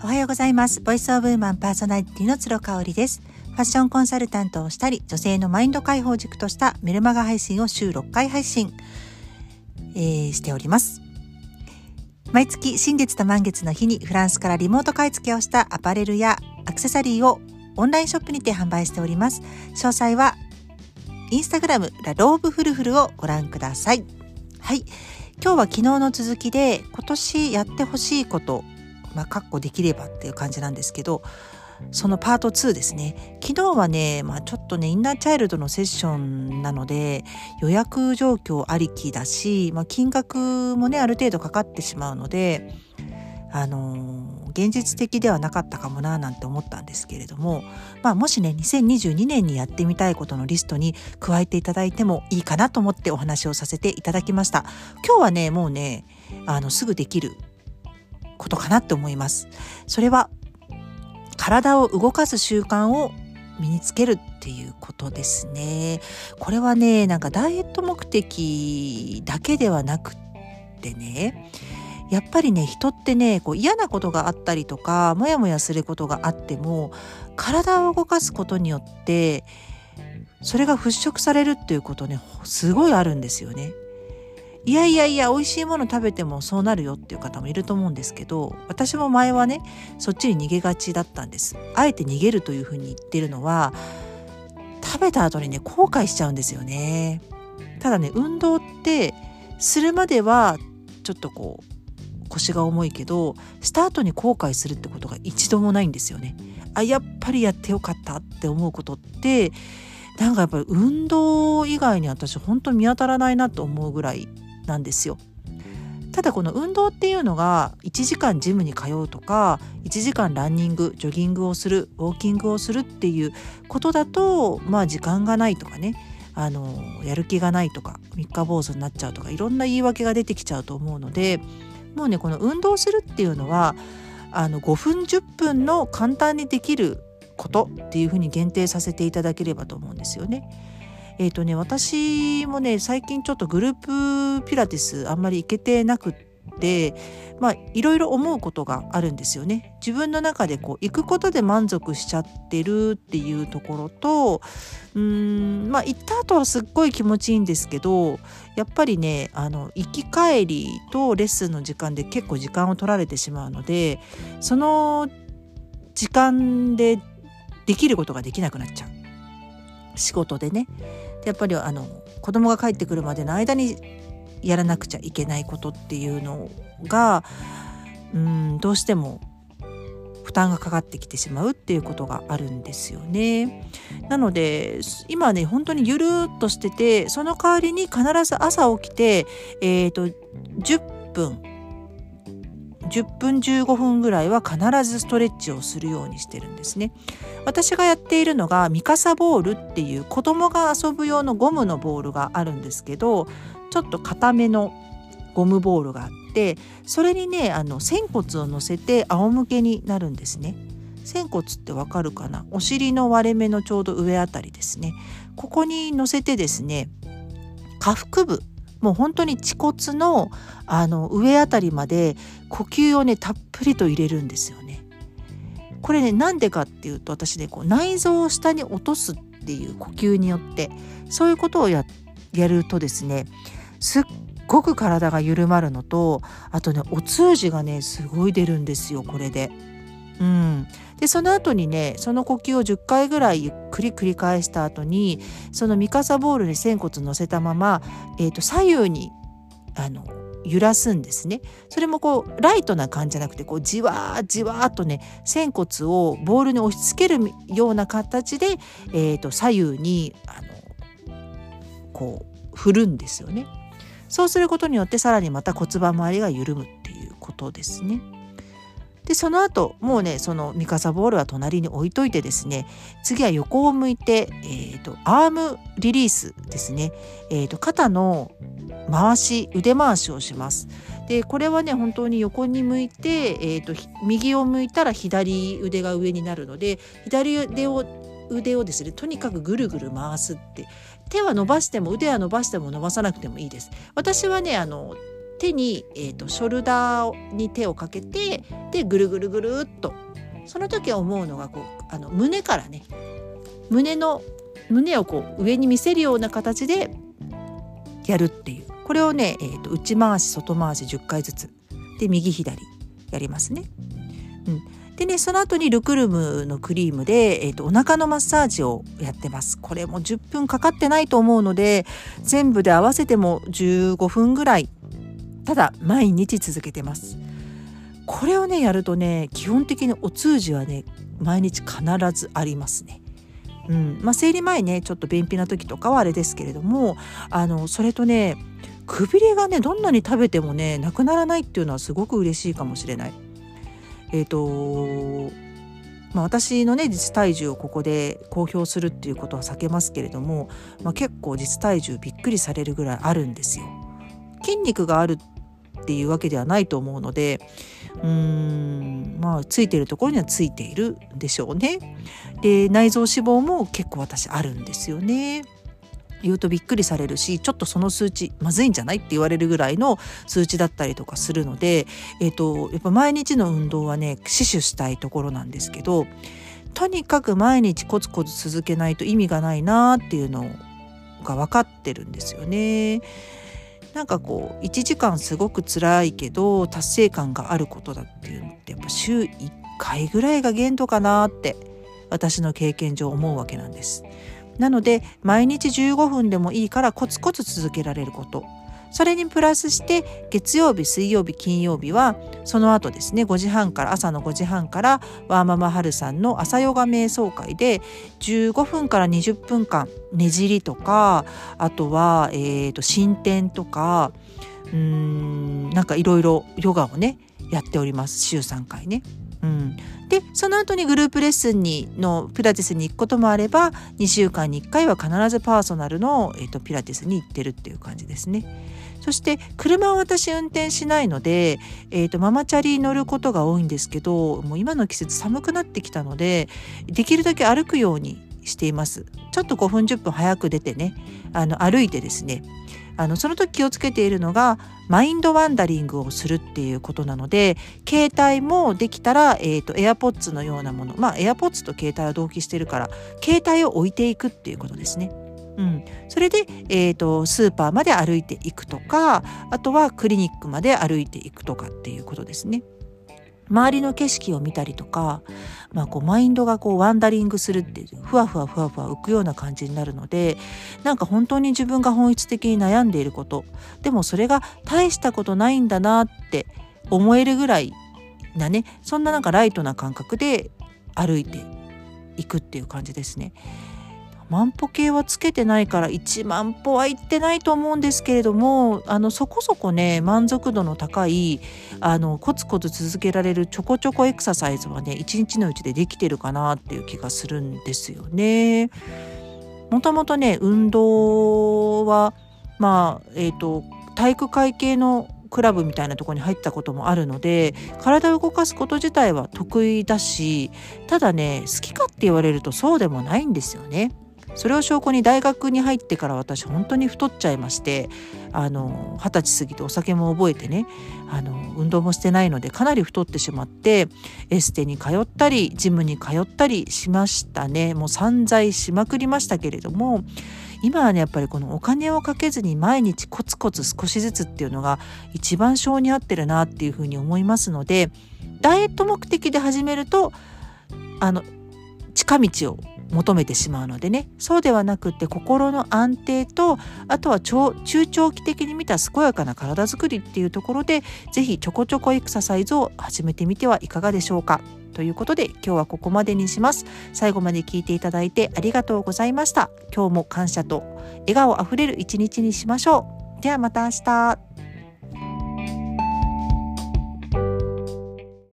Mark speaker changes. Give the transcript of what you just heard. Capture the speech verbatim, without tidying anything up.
Speaker 1: おはようございます。ボイスオブウーマンパーソナリティの鶴香織です。ファッションコンサルタントをしたり、女性のマインド解放軸としたメルマガ配信を週ろっかい配信、えー、しております。毎月新月と満月の日にフランスからリモート買い付けをしたアパレルやアクセサリーをオンラインショップにて販売しております。詳細はインスタグラムラローブフルフルをご覧ください。はい、今日は昨日の続きで今年やってほしいこと、まあ、かっこできればっていう感じなんですけど、そのパートツーですね。昨日はね、まあ、ちょっとねインナーチャイルドのセッションなので予約状況ありきだし、まあ、金額もねある程度かかってしまうので、あのー、現実的ではなかったかもななんて思ったんですけれども、まあ、もしねにせんにじゅうにねんにやってみたいことのリストに加えていただいてもいいかなと思ってお話をさせていただきました。今日はねもうねあのすぐできることかなって思います。それは体を動かす習慣を身につけるっていうことですね。これはねなんかダイエット目的だけではなくってね、やっぱりね人ってねこう嫌なことがあったりとかモヤモヤすることがあっても、体を動かすことによってそれが払拭されるっていうことねすごいあるんですよね。いやいやいや美味しいもの食べてもそうなるよっていう方もいると思うんですけど、私も前はねそっちに逃げがちだったんです。あえて逃げるというふうに言ってるのは、食べた後にね後悔しちゃうんですよね。ただね運動ってするまではちょっとこう腰が重いけど、した後に後悔するってことが一度もないんですよね。あ、やっぱりやってよかったって思うことってなんかやっぱり運動以外に私本当に見当たらないなと思うぐらいなんですよ。ただこの運動っていうのがいちじかんジムに通うとかいちじかんランニングジョギングをするウォーキングをするっていうことだと、まあ時間がないとかね、あのやる気がないとか三日坊主になっちゃうとかいろんな言い訳が出てきちゃうと思うので、もうねこの運動するっていうのはあのごふんじゅっぷんの簡単にできることっていうふうに限定させていただければと思うんですよね。えーとね、私もね最近ちょっとグループピラティスあんまり行けてなくって、まあいろいろ思うことがあるんですよね。自分の中でこう行くことで満足しちゃってるっていうところと、うーんまあ行った後はすっごい気持ちいいんですけど、やっぱりねあの行き帰りとレッスンの時間で結構時間を取られてしまうので、その時間でできることができなくなっちゃう。仕事でね。やっぱりあの子供が帰ってくるまでの間にやらなくちゃいけないことっていうのがうんどうしても負担がかかってきてしまうっていうことがあるんですよね。なので今ね本当にゆるっとしてて、その代わりに必ず朝起きて、えーと、じゅっぷんじゅっぷんじゅうごふんぐらいは必ずストレッチをするようにしてるんですね。私がやっているのがミカサボールっていう子供が遊ぶ用のゴムのボールがあるんですけど、ちょっと固めのゴムボールがあって、それにねあの仙骨を乗せて仰向けになるんですね。仙骨ってわかるかな？お尻の割れ目のちょうど上あたりですね。ここに乗せてですね、下腹部もう本当に恥骨のあの上あたりまで呼吸をねたっぷりと入れるんですよね。これねなんでかっていうと、私ねこう内臓を下に落とすっていう呼吸によってそういうことを や, やるとですね、すっごく体が緩まるのと、あとねお通じがねすごい出るんですよこれで。うん、でその後にねその呼吸をじゅっかいぐらいゆっくり繰り返した後に、そのミカサボールに仙骨乗せたまま、えーと、左右にあの揺らすんですね。それもこうライトな感じじゃなくてこうじわーじわーっとね仙骨をボールに押し付けるような形で、えーと、左右にあのこう振るんですよね。そうすることによってさらにまた骨盤周りが緩むっていうことですね。でその後もうねそのミカサボールは隣に置いといてですね、次は横を向いて、えーと、アームリリースですね、えーと、肩の回し腕回しをします。でこれはね本当に横に向いて、えーと、右を向いたら左腕が上になるので、左腕を腕をですねとにかくぐるぐる回すって、手は伸ばしても腕は伸ばしても伸ばさなくてもいいです。私はねあの手に、えーと、ショルダーに手をかけて、 て、でぐるぐるぐるっと、その時は思うのがこうあの胸からね、胸の胸をこう上に見せるような形でやるっていう、これをね、えーと、内回し外回しじゅっかいずつで右左やりますね。うん、でね、その後にルクルムのクリームで、えーと、お腹のマッサージをやってます。これもじゅっぷんかかってないと思うので、全部で合わせてもじゅうごふんぐらい、ただ毎日続けてます。これをねやるとね、基本的にお通じはね毎日必ずありますね。うんまあ、生理前ねちょっと便秘な時とかはあれですけれども、あのそれとね、くびれがねどんなに食べてもねなくならないっていうのはすごく嬉しいかもしれない。えっとまあ、私のね実体重をここで公表するっていうことは避けますけれども、まあ、結構実体重びっくりされるぐらいあるんですよ。筋肉があるっていうわけではないと思うので、うーんまあついてるところにはついているんでしょうね。で内臓脂肪も結構私あるんですよね。言うとびっくりされるし、ちょっとその数値まずいんじゃないって言われるぐらいの数値だったりとかするので、えっとやっぱ毎日の運動はね死守したいところなんですけど、とにかく毎日コツコツ続けないと意味がないなっていうのが分かってるんですよね。なんかこういちじかんすごく辛いけど達成感があることだっていうのってやっぱ週いっかいぐらいが限度かなって私の経験上思うわけなんです。なので毎日じゅうごふんでもいいからコツコツ続けられること、それにプラスして月曜日水曜日金曜日はその後ですね、ごじはんから朝のごじはんからワーママハルさんの朝ヨガ瞑想会でじゅうごふんからにじゅっぷんかんねじりとか、あとは、えーと伸展とか、うーんなんかいろいろヨガをねやっております。週さんかいね。うん、でその後にグループレッスンにのピラティスに行くこともあれば、にしゅうかんにいっかいは必ずパーソナルの、えーとピラティスに行ってるっていう感じですね。そして車を私運転しないので、えーとママチャリ乗ることが多いんですけど、もう今の季節寒くなってきたのでできるだけ歩くようにしています。ちょっとごふんじゅっぷん早く出てね、あの歩いてですね、あのその時気をつけているのがマインドワンダリングをするっていうことなので、携帯もできたら、えーと、AirPods のようなもの、まあ AirPods と携帯は同期してるから携帯を置いていくっていうことですね。うん、それで、えーと、スーパーまで歩いていくとか、あとはクリニックまで歩いていくとかっていうことですね。周りの景色を見たりとか、まあ、こうマインドがこうワンダリングするっていうふわふわふわふわ浮くような感じになるので、なんか本当に自分が本質的に悩んでいること、でもそれが大したことないんだなって思えるぐらいなね、そんななんかライトな感覚で歩いていくっていう感じですね。万歩計はつけてないからいちまん歩は行ってないと思うんですけれども、あのそこそこね満足度の高い、あのコツコツ続けられるちょこちょこエクササイズはねいちにちのうちでできてるかなっていう気がするんですよね。もともとね運動はまあえっと体育会系のクラブみたいなところに入ったこともあるので、体を動かすこと自体は得意だし、ただね好きかって言われるとそうでもないんですよね。それを証拠に大学に入ってから私本当に太っちゃいまして、あの二十歳過ぎてお酒も覚えてね、あの運動もしてないのでかなり太ってしまって、エステに通ったりジムに通ったりしましたね。もう散財しまくりましたけれども、今はねやっぱりこのお金をかけずに毎日コツコツ少しずつっていうのが一番性に合ってるなっていうふうに思いますので、ダイエット目的で始めるとあの近道を求めてしまうのでね、そうではなくって心の安定と、あとは中長期的に見た健やかな体づくりっていうところで、ぜひちょこちょこエクササイズを始めてみてはいかがでしょうか。ということで今日はここまでにします。最後まで聞いていただいてありがとうございました。今日も感謝と笑顔あふれる一日にしましょう。ではまた明日。